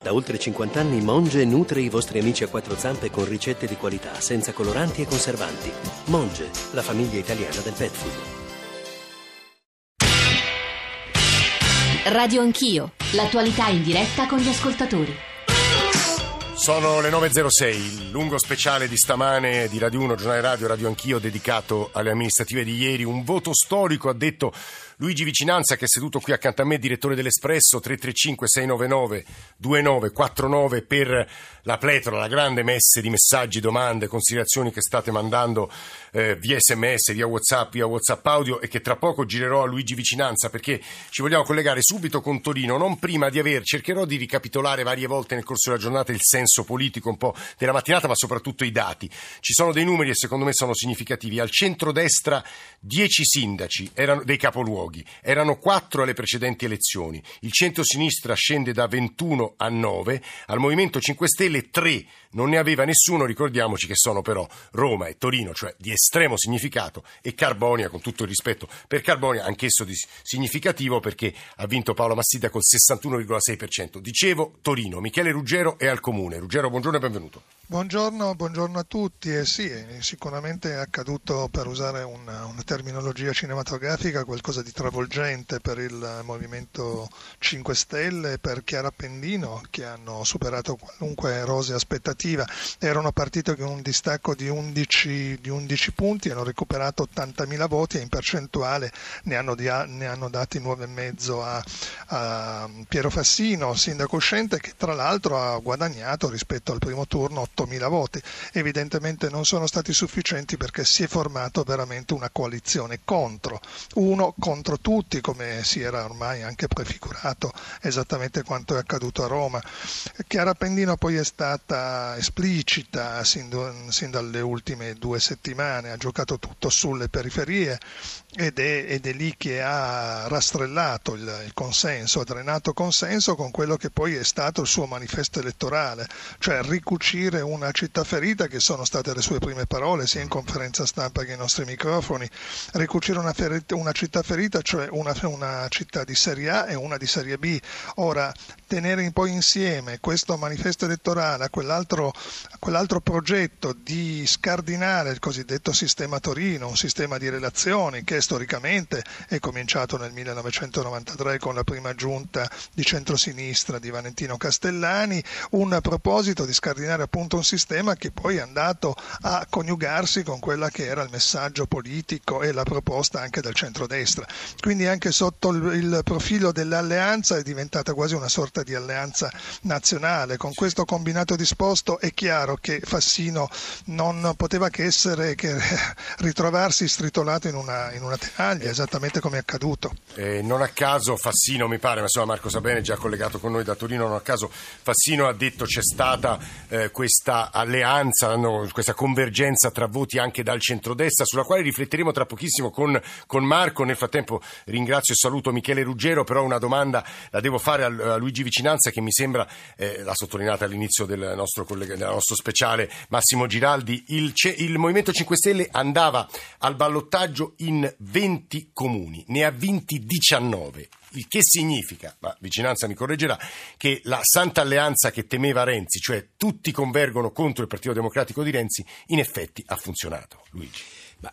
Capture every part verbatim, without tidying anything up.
Da oltre cinquanta anni Monge nutre i vostri amici a quattro zampe con ricette di qualità, senza coloranti e conservanti. Monge, la famiglia italiana del pet food. Radio Anch'io, l'attualità in diretta con gli ascoltatori. Sono le nove e zero sei, il lungo speciale di stamane di Radio uno, giornale radio, Radio Anch'io, dedicato alle amministrative di ieri. Un voto storico, ha detto Luigi Vicinanza, che è seduto qui accanto a me, direttore dell'Espresso. Tre tre cinque sei nove nove due nove quattro nove per la pletora, la grande messe di messaggi, domande, considerazioni che state mandando eh, via sms, via WhatsApp, via WhatsApp audio, e che tra poco girerò a Luigi Vicinanza, perché ci vogliamo collegare subito con Torino, non prima di aver, cercherò di ricapitolare varie volte nel corso della giornata il senso politico un po' della mattinata, ma soprattutto i dati. Ci sono dei numeri e secondo me sono significativi. Al centrodestra dieci sindaci erano dei capoluoghi, erano quattro alle precedenti elezioni. Il centrosinistra scende da ventuno a nove, al Movimento cinque Stelle tre, non ne aveva nessuno. Ricordiamoci che sono però Roma e Torino, cioè di estremo significato, e Carbonia, con tutto il rispetto per Carbonia, anch'esso di significativo, perché ha vinto Paolo Massida col sessantuno virgola sei per cento. Dicevo Torino, Michele Ruggero è al Comune. Ruggero, buongiorno e benvenuto. Buongiorno, buongiorno a tutti. Eh sì, sicuramente è accaduto, per usare una, una terminologia cinematografica, qualcosa di travolgente per il Movimento cinque Stelle e per Chiara Appendino, che hanno superato qualunque rosea aspettativa. Erano partiti con un distacco di undici, di undici punti, hanno recuperato ottantamila voti e in percentuale ne hanno, di, ne hanno dati nove e mezzo a, a Piero Fassino, sindaco uscente, che tra l'altro ha guadagnato rispetto al primo turno ottomila voti. Evidentemente non sono stati sufficienti, perché si è formato veramente una coalizione contro, uno contro tutti, come si era ormai anche prefigurato, esattamente quanto è accaduto a Roma. Chiara Appendino poi è stata esplicita sin, sin dalle ultime due settimane, ha giocato tutto sulle periferie ed è, ed è lì che ha rastrellato il, il consenso, ha drenato consenso con quello che poi è stato il suo manifesto elettorale, cioè ricucire una città ferita, che sono state le sue prime parole sia in conferenza stampa che ai nostri microfoni. Ricucire una, ferita, una città ferita, cioè una, una città di serie A e una di serie B. Ora, tenere poi insieme questo manifesto elettorale a quell'altro, a quell'altro progetto di scardinare il cosiddetto sistema Torino, un sistema di relazioni che storicamente è cominciato nel millenovecentonovantatré con la prima giunta di centrosinistra di Valentino Castellani, un proposito di scardinare appunto un sistema che poi è andato a coniugarsi con quella che era il messaggio politico e la proposta anche del centrodestra. Quindi anche sotto il, il profilo dell'alleanza è diventata quasi una sorta di alleanza nazionale. Con questo combinato disposto è chiaro che Fassino non poteva che essere che ritrovarsi stritolato in una, in una tenaglia, esattamente come è accaduto. Eh, non a caso Fassino, mi pare, ma insomma Marco Sabene è già collegato con noi da Torino, non a caso Fassino ha detto c'è stata eh, questa alleanza, no, questa convergenza tra voti anche dal centrodestra, sulla quale rifletteremo tra pochissimo con, con Marco. Nel frattempo ringrazio e saluto Michele Ruggero, però una domanda la devo fare a, a Luigi Vicinanza, che mi sembra, eh, l'ha sottolineata all'inizio del nostro, collega, del nostro speciale Massimo Giraldi, il, il Movimento cinque Stelle andava al ballottaggio in venti comuni, ne ha vinti diciannove. Il che significa, ma Vicinanza mi correggerà, che la Santa Alleanza che temeva Renzi, cioè tutti convergono contro il Partito Democratico di Renzi, in effetti ha funzionato. Luigi. Ma,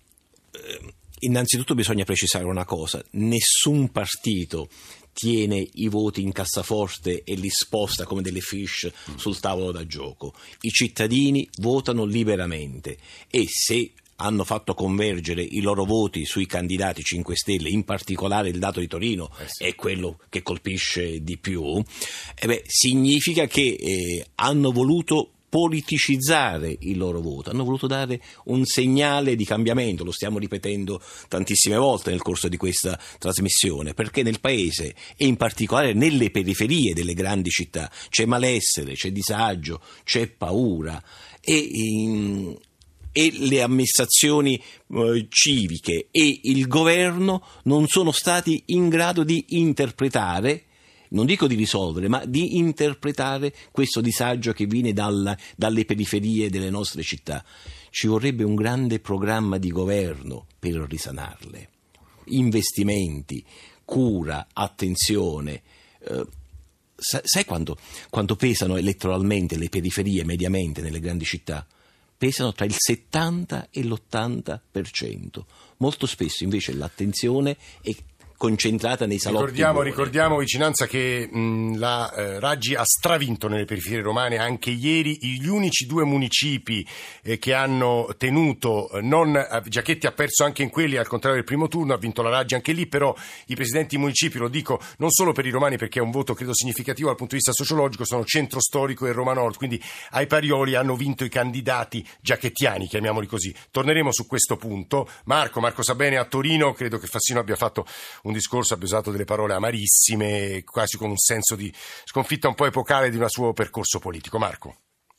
eh, innanzitutto bisogna precisare una cosa: nessun partito tiene i voti in cassaforte e li sposta come delle fiche mm. sul tavolo da gioco. I cittadini votano liberamente e se hanno fatto convergere i loro voti sui candidati cinque Stelle, in particolare il dato di Torino eh sì. è quello che colpisce di più, eh beh, significa che eh, hanno voluto politicizzare il loro voto, hanno voluto dare un segnale di cambiamento. Lo stiamo ripetendo tantissime volte nel corso di questa trasmissione, perché nel paese e in particolare nelle periferie delle grandi città c'è malessere, c'è disagio, c'è paura e in e le amministrazioni eh, civiche e il governo non sono stati in grado di interpretare, non dico di risolvere, ma di interpretare questo disagio che viene dalla, dalle periferie delle nostre città. Ci vorrebbe un grande programma di governo per risanarle. Investimenti, cura, attenzione. Eh, sai quanto, quanto pesano elettoralmente le periferie mediamente nelle grandi città? Pesano tra il settanta e l'ottanta per cento. Molto spesso invece l'attenzione è concentrata nei salotti. Ricordiamo, ricordiamo Vicinanza che mh, la eh, Raggi ha stravinto nelle periferie romane anche ieri. Gli unici due municipi eh, che hanno tenuto eh, non eh, Giachetti ha perso anche in quelli, al contrario del primo turno, ha vinto la Raggi anche lì, però i presidenti municipi, lo dico non solo per i romani perché è un voto credo significativo dal punto di vista sociologico, sono Centro Storico e Roma Nord, quindi ai Parioli hanno vinto i candidati giacchettiani, chiamiamoli così. Torneremo su questo punto. Marco, Marco Sabene a Torino, credo che Fassino abbia fatto un discorso, abbia usato delle parole amarissime, quasi con un senso di sconfitta un po' epocale di un suo percorso politico. Marco.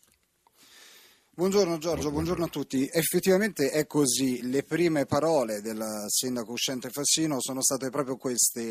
Buongiorno Giorgio, buongiorno a tutti. Effettivamente è così, le prime parole del sindaco uscente Fassino sono state proprio queste,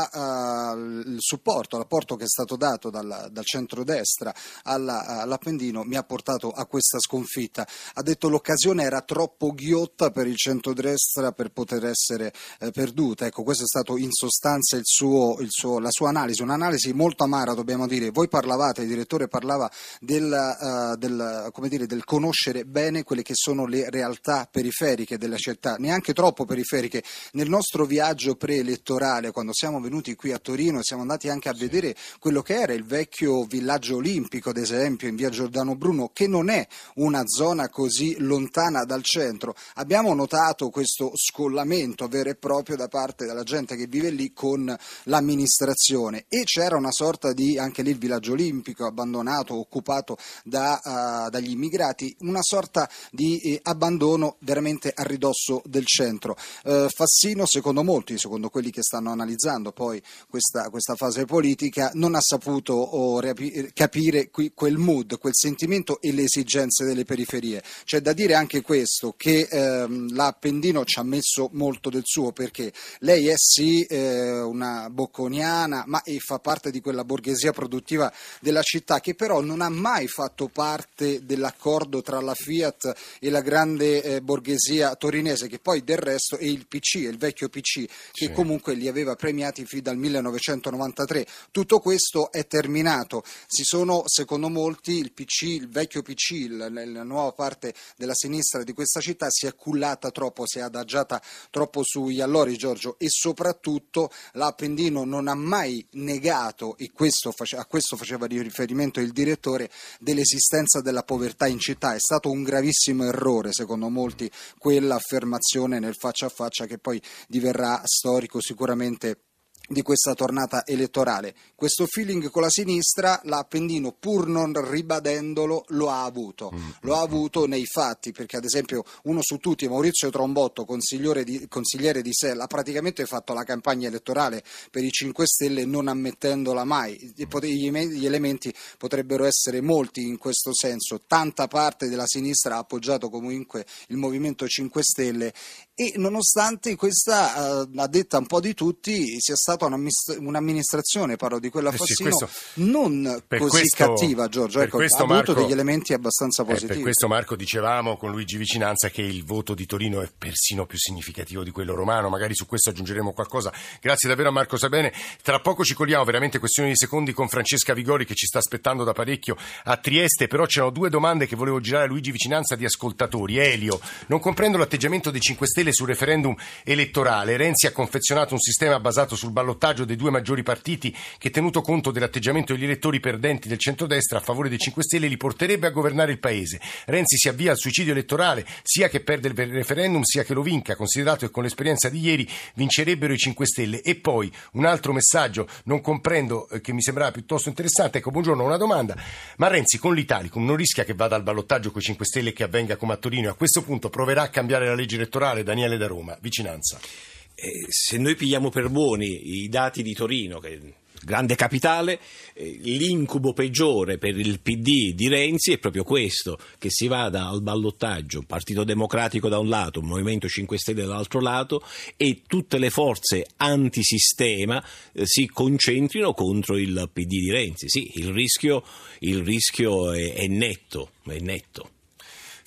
la, uh, il supporto, l'apporto che è stato dato dal, dal centrodestra alla, all'Appendino mi ha portato a questa sconfitta. Ha detto l'occasione era troppo ghiotta per il centrodestra per poter essere eh, perduta. Ecco, questo è stato in sostanza il suo, il suo, la sua analisi, un'analisi molto amara dobbiamo dire. Voi parlavate, il direttore parlava del, uh, del, come dire, del conoscere bene quelle che sono le realtà periferiche della città, neanche troppo periferiche. Nel nostro viaggio preelettorale, quando siamo venuti qui a Torino, siamo andati anche a vedere quello che era il vecchio villaggio olimpico, ad esempio, in via Giordano Bruno, che non è una zona così lontana dal centro. Abbiamo notato questo scollamento vero e proprio da parte della gente che vive lì con l'amministrazione, e c'era una sorta di, anche lì il villaggio olimpico abbandonato, occupato da, uh, dagli immigrati, una sorta di eh, abbandono veramente a ridosso del centro. Eh, Fassino, secondo molti, secondo quelli che stanno analizzando poi questa, questa fase politica, non ha saputo oh, reapi- capire qui, quel mood, quel sentimento e le esigenze delle periferie. C'è da dire anche questo, che ehm, l'Appendino ci ha messo molto del suo, perché lei è sì eh, una bocconiana, ma e fa parte di quella borghesia produttiva della città che però non ha mai fatto parte dell'accordo tra la Fiat e la grande eh, borghesia torinese, che poi del resto è il P C, il vecchio P C, che sì, comunque li aveva premiati fin dal millenovecentonovantatré. Tutto questo è terminato. Si sono, secondo molti, il P C, il vecchio P C, la, la nuova parte della sinistra di questa città si è cullata troppo, si è adagiata troppo sugli allori, Giorgio, e soprattutto l'Appendino non ha mai negato, e questo face, a questo faceva riferimento il direttore, dell'esistenza della povertà in città. È stato un gravissimo errore, secondo molti, quell'affermazione nel faccia a faccia che poi diverrà storico sicuramente di questa tornata elettorale. Questo feeling con la sinistra l'Appendino, pur non ribadendolo, lo ha avuto. Lo ha avuto nei fatti, perché ad esempio uno su tutti, Maurizio Trombotto, consigliere di, consigliere di S E L, ha praticamente fatto la campagna elettorale per i cinque Stelle non ammettendola mai. Gli elementi potrebbero essere molti in questo senso. Tanta parte della sinistra ha appoggiato comunque il Movimento cinque Stelle, e nonostante questa, uh, a detta un po' di tutti, sia stata un'amministrazione, parlo di quella Fassino, eh sì, questo, non così questo, cattiva, Giorgio, ecco, ha avuto Marco, degli elementi abbastanza positivi. Eh, per questo, Marco, dicevamo con Luigi Vicinanza che il voto di Torino è persino più significativo di quello romano, magari su questo aggiungeremo qualcosa. Grazie davvero a Marco Sabene. Tra poco ci colliamo, veramente questione di secondi, con Francesca Vigori che ci sta aspettando da parecchio a Trieste, però c'erano due domande che volevo girare a Luigi Vicinanza di ascoltatori. Elio, non comprendo l'atteggiamento dei cinque Stelle sul referendum elettorale. Renzi ha confezionato un sistema basato sul ballottaggio dei due maggiori partiti che, tenuto conto dell'atteggiamento degli elettori perdenti del centrodestra a favore dei cinque Stelle, li porterebbe a governare il paese. Renzi si avvia al suicidio elettorale, sia che perde il referendum sia che lo vinca, considerato che con l'esperienza di ieri vincerebbero i cinque Stelle. E poi un altro messaggio, non comprendo, eh, che mi sembrava piuttosto interessante. Ecco, buongiorno, una domanda: ma Renzi con l'Italicum non rischia che vada al ballottaggio con i cinque Stelle e che avvenga come a Torino, e a questo punto proverà a cambiare la legge elettorale? Daniele da Roma, Vicinanza. Eh, se noi pigliamo per buoni i dati di Torino, che grande capitale, eh, l'incubo peggiore per il P D di Renzi è proprio questo, che si vada al ballottaggio Partito Democratico da un lato, Movimento cinque Stelle dall'altro lato, e tutte le forze antisistema eh, si concentrino contro il P D di Renzi. Sì, il rischio, il rischio è, è netto, è netto.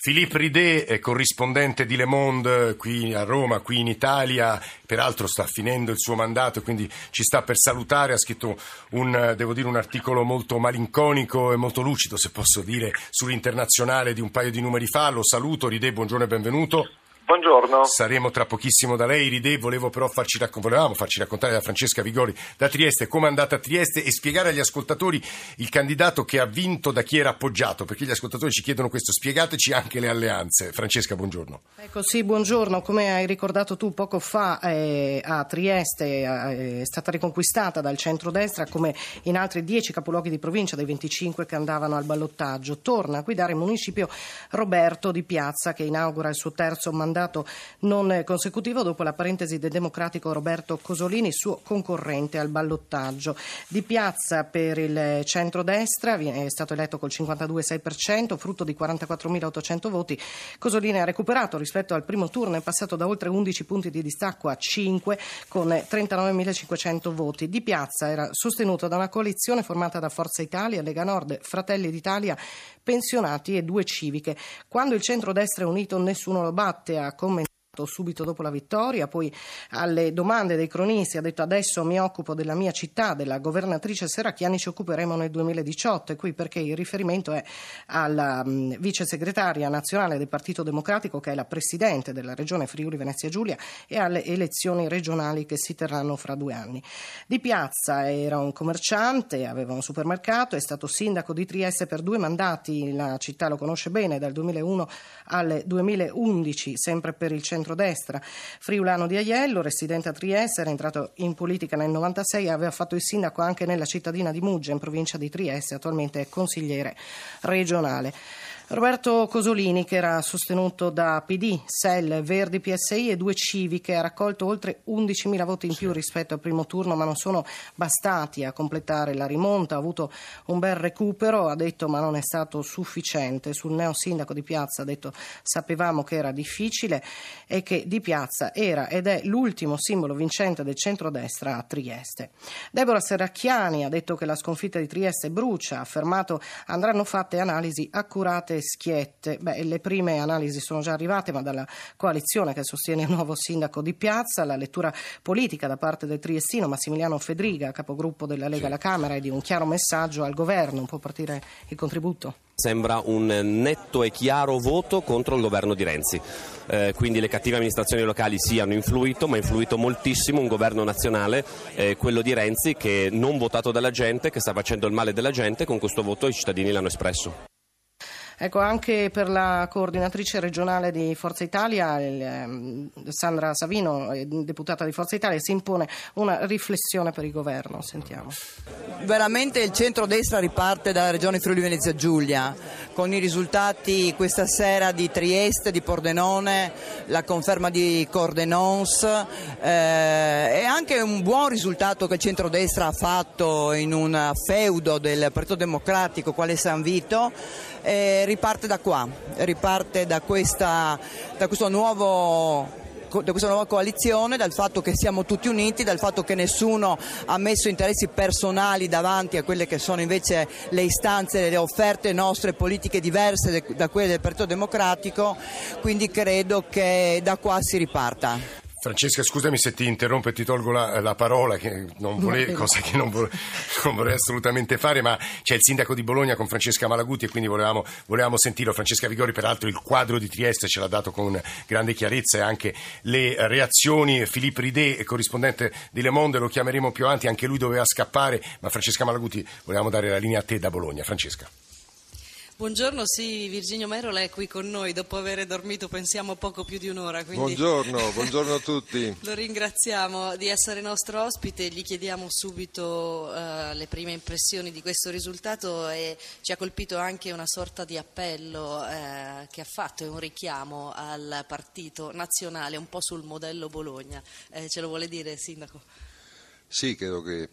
Philippe Ridé è corrispondente di Le Monde qui a Roma, qui in Italia, peraltro sta finendo il suo mandato e quindi ci sta per salutare, ha scritto un, devo dire, un articolo molto malinconico e molto lucido, se posso dire, sull'Internazionale di un paio di numeri fa. Lo saluto, Ridé, buongiorno e benvenuto. Buongiorno. Saremo tra pochissimo da lei, Ridé. Volevo però farci raccon- volevamo farci raccontare da Francesca Vigori da Trieste come è andata a Trieste e spiegare agli ascoltatori il candidato che ha vinto da chi era appoggiato, perché gli ascoltatori ci chiedono questo. Spiegateci anche le alleanze. Francesca, buongiorno. Ecco, sì, buongiorno. Come hai ricordato tu poco fa, eh, a Trieste eh, è stata riconquistata dal centrodestra, come in altri dieci capoluoghi di provincia dei venticinque che andavano al ballottaggio. Torna a guidare il municipio Roberto Di Piazza, che inaugura il suo terzo mandato non consecutivo dopo la parentesi del democratico Roberto Cosolini, suo concorrente al ballottaggio. Di Piazza per il centrodestra è stato eletto col cinquantadue virgola sei per cento, frutto di quarantaquattromilaottocento voti. Cosolini ha recuperato rispetto al primo turno, è passato da oltre undici punti di distacco a cinque con trentanovemilacinquecento voti. Di Piazza era sostenuto da una coalizione formata da Forza Italia, Lega Nord, Fratelli d'Italia, Pensionati e Due Civiche. Quando il centrodestra è unito nessuno lo batte, ha commentato subito dopo la vittoria. Poi alle domande dei cronisti ha detto: adesso mi occupo della mia città, della governatrice Serracchiani, ci occuperemo nel duemiladiciotto. E qui perché il riferimento è alla mh, vice segretaria nazionale del Partito Democratico, che è la presidente della regione Friuli Venezia Giulia, e alle elezioni regionali che si terranno fra due anni. Di Piazza era un commerciante, aveva un supermercato, è stato sindaco di Trieste per due mandati, la città lo conosce bene, dal duemilauno al duemilaundici, sempre per il centro centrodestra. Friulano di Aiello, residente a Trieste, era entrato in politica nel novantasei e aveva fatto il sindaco anche nella cittadina di Muggia, in provincia di Trieste, attualmente è consigliere regionale. Roberto Cosolini, che era sostenuto da P D, S E L, Verdi, P S I e Due Civiche, ha raccolto oltre undicimila voti in più rispetto al primo turno, ma non sono bastati a completare la rimonta. Ha avuto un bel recupero, ha detto, ma non è stato sufficiente. Sul neo sindaco di Piazza ha detto: sapevamo che era difficile e che Di Piazza era ed è l'ultimo simbolo vincente del centrodestra a Trieste. Deborah Serracchiani ha detto che la sconfitta di Trieste brucia, ha affermato andranno fatte analisi accurate e schiette. Beh, le prime analisi sono già arrivate, ma dalla coalizione che sostiene il nuovo sindaco Di Piazza. La lettura politica da parte del triestino Massimiliano Fedriga, capogruppo della Lega alla Camera, è di un chiaro messaggio al governo. Può partire il contributo? Sembra un netto e chiaro voto contro il governo di Renzi, eh, quindi le cattive amministrazioni locali sì hanno influito, ma ha influito moltissimo un governo nazionale, eh, quello di Renzi, che non votato dalla gente, che sta facendo il male della gente. Con questo voto i cittadini l'hanno espresso. Ecco, anche per la coordinatrice regionale di Forza Italia, il, eh, Sandra Savino, deputata di Forza Italia, si impone una riflessione per il governo. Sentiamo. Veramente il centrodestra riparte dalla regione Friuli Venezia Giulia, con i risultati questa sera di Trieste, di Pordenone, la conferma di Cordenons, eh, e anche un buon risultato che il centrodestra ha fatto in un feudo del Partito Democratico quale San Vito. Eh, riparte da qua, riparte da questa, da questo nuovo da questa nuova coalizione, dal fatto che siamo tutti uniti, dal fatto che nessuno ha messo interessi personali davanti a quelle che sono invece le istanze, le offerte nostre politiche diverse da quelle del Partito Democratico, quindi credo che da qua si riparta. Francesca, scusami se ti interrompo e ti tolgo la, la parola, che non volevo, cosa che non vorrei, non vorrei assolutamente fare, ma c'è il sindaco di Bologna con Francesca Malaguti e quindi volevamo, volevamo sentirlo. Francesca Vigori, peraltro il quadro di Trieste ce l'ha dato con grande chiarezza e anche le reazioni. Philippe Ridé, corrispondente di Le Monde, lo chiameremo più avanti, anche lui doveva scappare, ma Francesca Malaguti, volevamo dare la linea a te da Bologna. Francesca. Buongiorno, sì, Virginio Merola è qui con noi dopo aver dormito, pensiamo, poco più di un'ora. Quindi buongiorno, buongiorno a tutti. Lo ringraziamo di essere nostro ospite, gli chiediamo subito uh, le prime impressioni di questo risultato, e ci ha colpito anche una sorta di appello uh, che ha fatto, e un richiamo al partito nazionale, un po' sul modello Bologna. Eh, ce lo vuole dire, Sindaco? Sì, credo che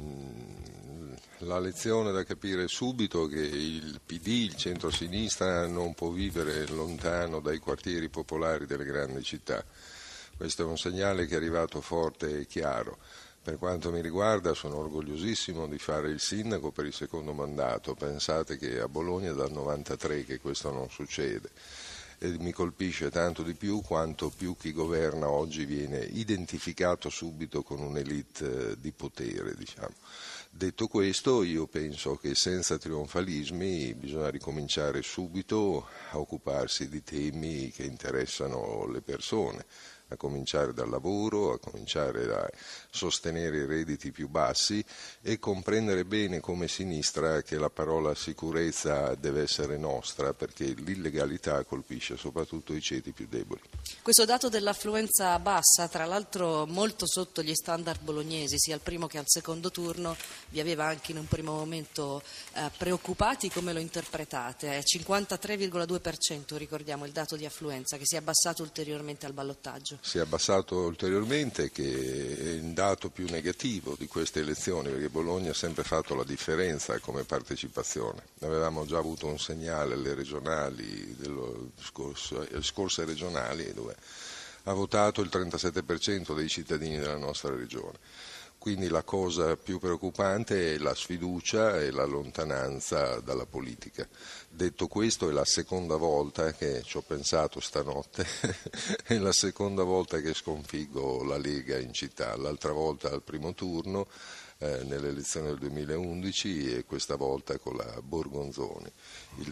mh, la lezione da capire subito è che il P D, il centro-sinistra, non può vivere lontano dai quartieri popolari delle grandi città. Questo è un segnale che è arrivato forte e chiaro. Per quanto mi riguarda sono orgogliosissimo di fare il sindaco per il secondo mandato. Pensate che a Bologna è dal novantatré che questo non succede. e mi colpisce tanto di più quanto più chi governa oggi viene identificato subito con un'elite di potere, diciamo. Detto questo, io penso che senza trionfalismi bisogna ricominciare subito a occuparsi di temi che interessano le persone, a cominciare dal lavoro, a cominciare da sostenere i redditi più bassi e comprendere bene come sinistra che la parola sicurezza deve essere nostra, perché l'illegalità colpisce soprattutto i ceti più deboli. Questo dato dell'affluenza bassa, tra l'altro molto sotto gli standard bolognesi, sia al primo che al secondo turno, vi aveva anche in un primo momento eh, preoccupati. Come lo interpretate? È cinquantatré virgola due per cento, ricordiamo il dato di affluenza, che si è abbassato ulteriormente al ballottaggio. Si è abbassato ulteriormente, che è il dato più negativo di queste elezioni, perché Bologna ha sempre fatto la differenza come partecipazione. Avevamo già avuto un segnale alle regionali, dello scorso, alle scorse regionali, dove ha votato il trentasette per cento dei cittadini della nostra regione. Quindi la cosa più preoccupante è la sfiducia e la lontananza dalla politica. Detto questo, è la seconda volta che ci ho pensato stanotte, è la seconda volta che sconfiggo la Lega in città, l'altra volta al primo turno eh, nelle elezioni del duemilaundici e questa volta con la Borgonzoni. Il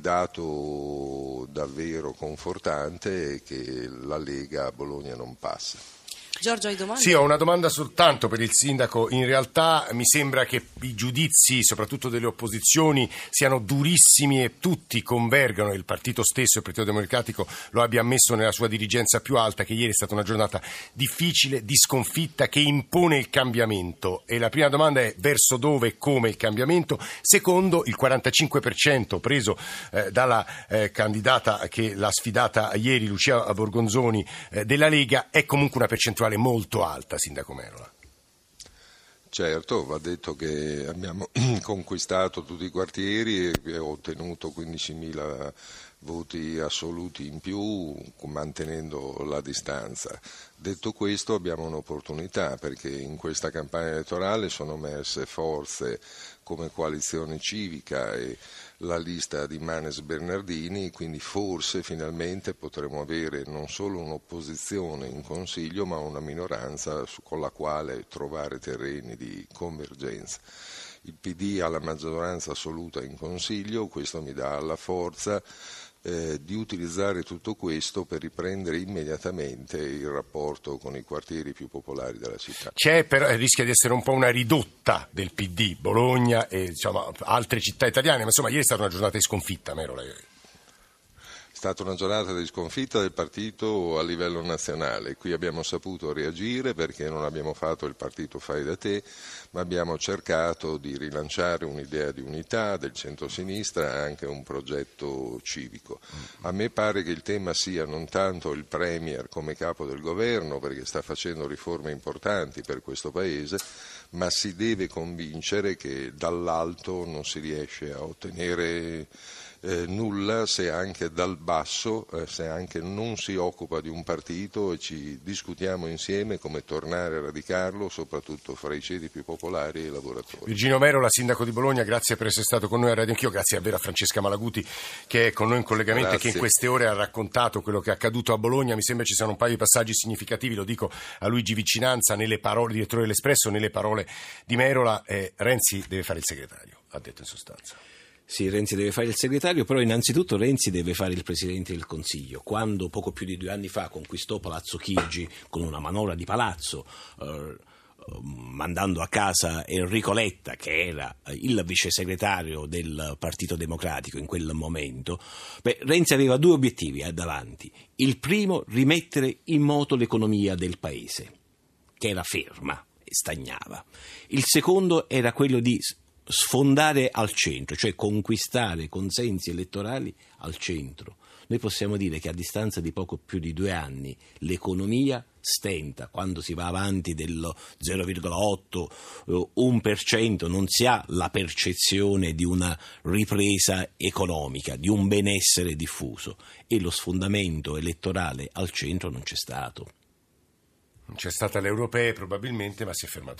dato davvero confortante è che la Lega a Bologna non passa. Giorgio, hai domande? Sì, ho una domanda soltanto per il sindaco. In realtà mi sembra che i giudizi, soprattutto delle opposizioni, siano durissimi e tutti convergano, il partito stesso, il Partito Democratico, lo abbia ammesso nella sua dirigenza più alta, che ieri è stata una giornata difficile, di sconfitta, che impone il cambiamento. E la prima domanda è: verso dove e come il cambiamento? Secondo, il quarantacinque per cento preso eh, dalla eh, candidata che l'ha sfidata ieri, Lucia Borgonzoni, eh, della Lega, è comunque una percentuale molto alta, sindaco Merola. Certo, va detto che abbiamo conquistato tutti i quartieri e ho ottenuto quindicimila voti assoluti in più, mantenendo la distanza. Detto questo, abbiamo un'opportunità, perché in questa campagna elettorale sono emerse forze come Coalizione Civica e la lista di Manes Bernardini, quindi forse finalmente potremo avere non solo un'opposizione in Consiglio, ma una minoranza con la quale trovare terreni di convergenza. Il P D ha la maggioranza assoluta in Consiglio, questo mi dà la forza Eh, di utilizzare tutto questo per riprendere immediatamente il rapporto con i quartieri più popolari della città. C'è però, rischia di essere un po' una ridotta del P D, Bologna e diciamo, altre città italiane, ma insomma ieri è stata una giornata di sconfitta, Merola. È stata una giornata di sconfitta del partito a livello nazionale. Qui abbiamo saputo reagire perché non abbiamo fatto il partito fai da te, ma abbiamo cercato di rilanciare un'idea di unità del centro-sinistra e anche un progetto civico. A me pare che il tema sia non tanto il Premier come capo del governo, perché sta facendo riforme importanti per questo Paese, ma si deve convincere che dall'alto non si riesce a ottenere Eh, nulla se anche dal basso, eh, se anche non si occupa di un partito e ci discutiamo insieme come tornare a radicarlo, soprattutto fra i ceti più popolari e i lavoratori. Virginio Merola, sindaco di Bologna, grazie per essere stato con noi a Radio Anch'io, grazie davvero a Francesca Malaguti che è con noi in collegamento e che in queste ore ha raccontato quello che è accaduto a Bologna. Mi sembra ci siano un paio di passaggi significativi, lo dico a Luigi Vicinanza, nelle parole, direttore dell'Espresso, nelle parole di Merola. eh, Renzi deve fare il segretario, ha detto in sostanza. Sì, Renzi deve fare il segretario, però innanzitutto Renzi deve fare il Presidente del Consiglio. Quando poco più di due anni fa conquistò Palazzo Chigi con una manovra di palazzo, eh, mandando a casa Enrico Letta, che era il vice segretario del Partito Democratico in quel momento, beh, Renzi aveva due obiettivi eh, davanti. Il primo, rimettere in moto l'economia del Paese, che era ferma e stagnava. Il secondo era quello di sfondare al centro, cioè conquistare consensi elettorali al centro. Noi possiamo dire che a distanza di poco più di due anni l'economia stenta, quando si va avanti dello zero virgola otto, uno per cento, non si ha la percezione di una ripresa economica, di un benessere diffuso, e lo sfondamento elettorale al centro non c'è stato. Non c'è stata le europee probabilmente, ma si è fermato lì.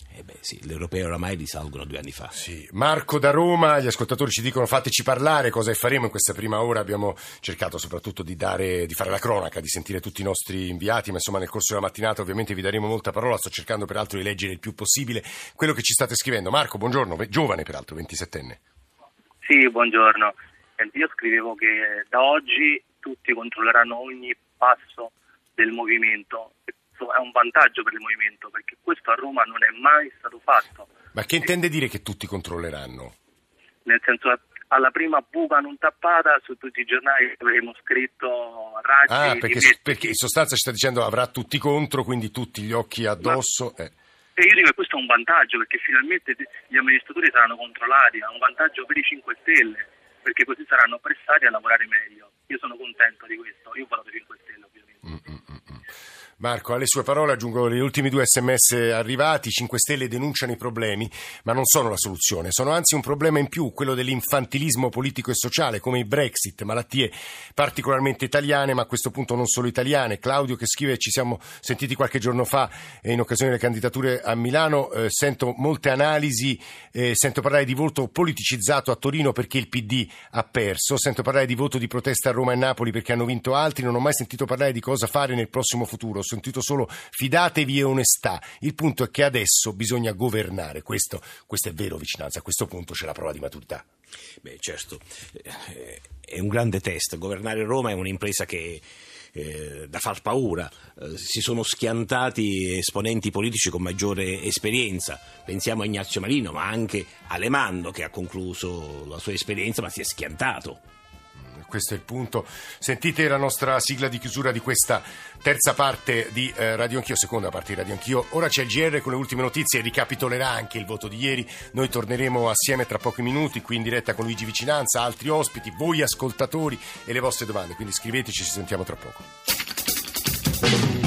Eh beh sì, le europee oramai risalgono due anni fa. Sì. Marco da Roma, gli ascoltatori ci dicono fateci parlare, cosa faremo in questa prima ora. Abbiamo cercato soprattutto di dare, di fare la cronaca, di sentire tutti i nostri inviati, ma insomma nel corso della mattinata ovviamente vi daremo molta parola. Sto cercando peraltro di leggere il più possibile quello che ci state scrivendo. Marco, buongiorno, giovane peraltro, ventisettenne. Sì, buongiorno. Io scrivevo che da oggi tutti controlleranno ogni passo del movimento. È un vantaggio per il movimento, perché questo a Roma non è mai stato fatto. Ma che intende dire che tutti controlleranno? Nel senso, alla prima buca non tappata su tutti i giornali avremo scritto Raggi. Ah, perché, perché in sostanza ci sta dicendo avrà tutti contro, quindi tutti gli occhi addosso. Ma, eh. E io dico che questo è un vantaggio, perché finalmente gli amministratori saranno controllati, è un vantaggio per i cinque Stelle, perché così saranno pressati a lavorare meglio. Io sono contento di questo, io ho votato cinque Stelle ovviamente. Mm, mm, mm. Marco, alle sue parole aggiungo gli ultimi due sms arrivati. I cinque Stelle denunciano i problemi, ma non sono la soluzione, sono anzi un problema in più, quello dell'infantilismo politico e sociale, come il Brexit, malattie particolarmente italiane, ma a questo punto non solo italiane. Claudio che scrive, ci siamo sentiti qualche giorno fa eh, in occasione delle candidature a Milano, eh, sento molte analisi, eh, sento parlare di voto politicizzato a Torino perché il P D ha perso, sento parlare di voto di protesta a Roma e Napoli perché hanno vinto altri, non ho mai sentito parlare di cosa fare nel prossimo futuro. Ho sentito solo fidatevi e onestà. Il punto è che adesso bisogna governare. Questo, questo è vero, Vicinanza. A questo punto c'è la prova di maturità. Beh, certo, è un grande test. Governare Roma è un'impresa che eh, da far paura. Eh, si sono schiantati esponenti politici con maggiore esperienza. Pensiamo a Ignazio Marino, ma anche a Alemanno, che ha concluso la sua esperienza ma si è schiantato. Questo è il punto. Sentite la nostra sigla di chiusura di questa terza parte di eh, Radio Anch'io, seconda parte di Radio Anch'io. Ora c'è il G R con le ultime notizie e ricapitolerà anche il voto di ieri. Noi torneremo assieme tra pochi minuti qui in diretta con Luigi Vicinanza, altri ospiti, voi ascoltatori e le vostre domande. Quindi scriveteci, ci sentiamo tra poco.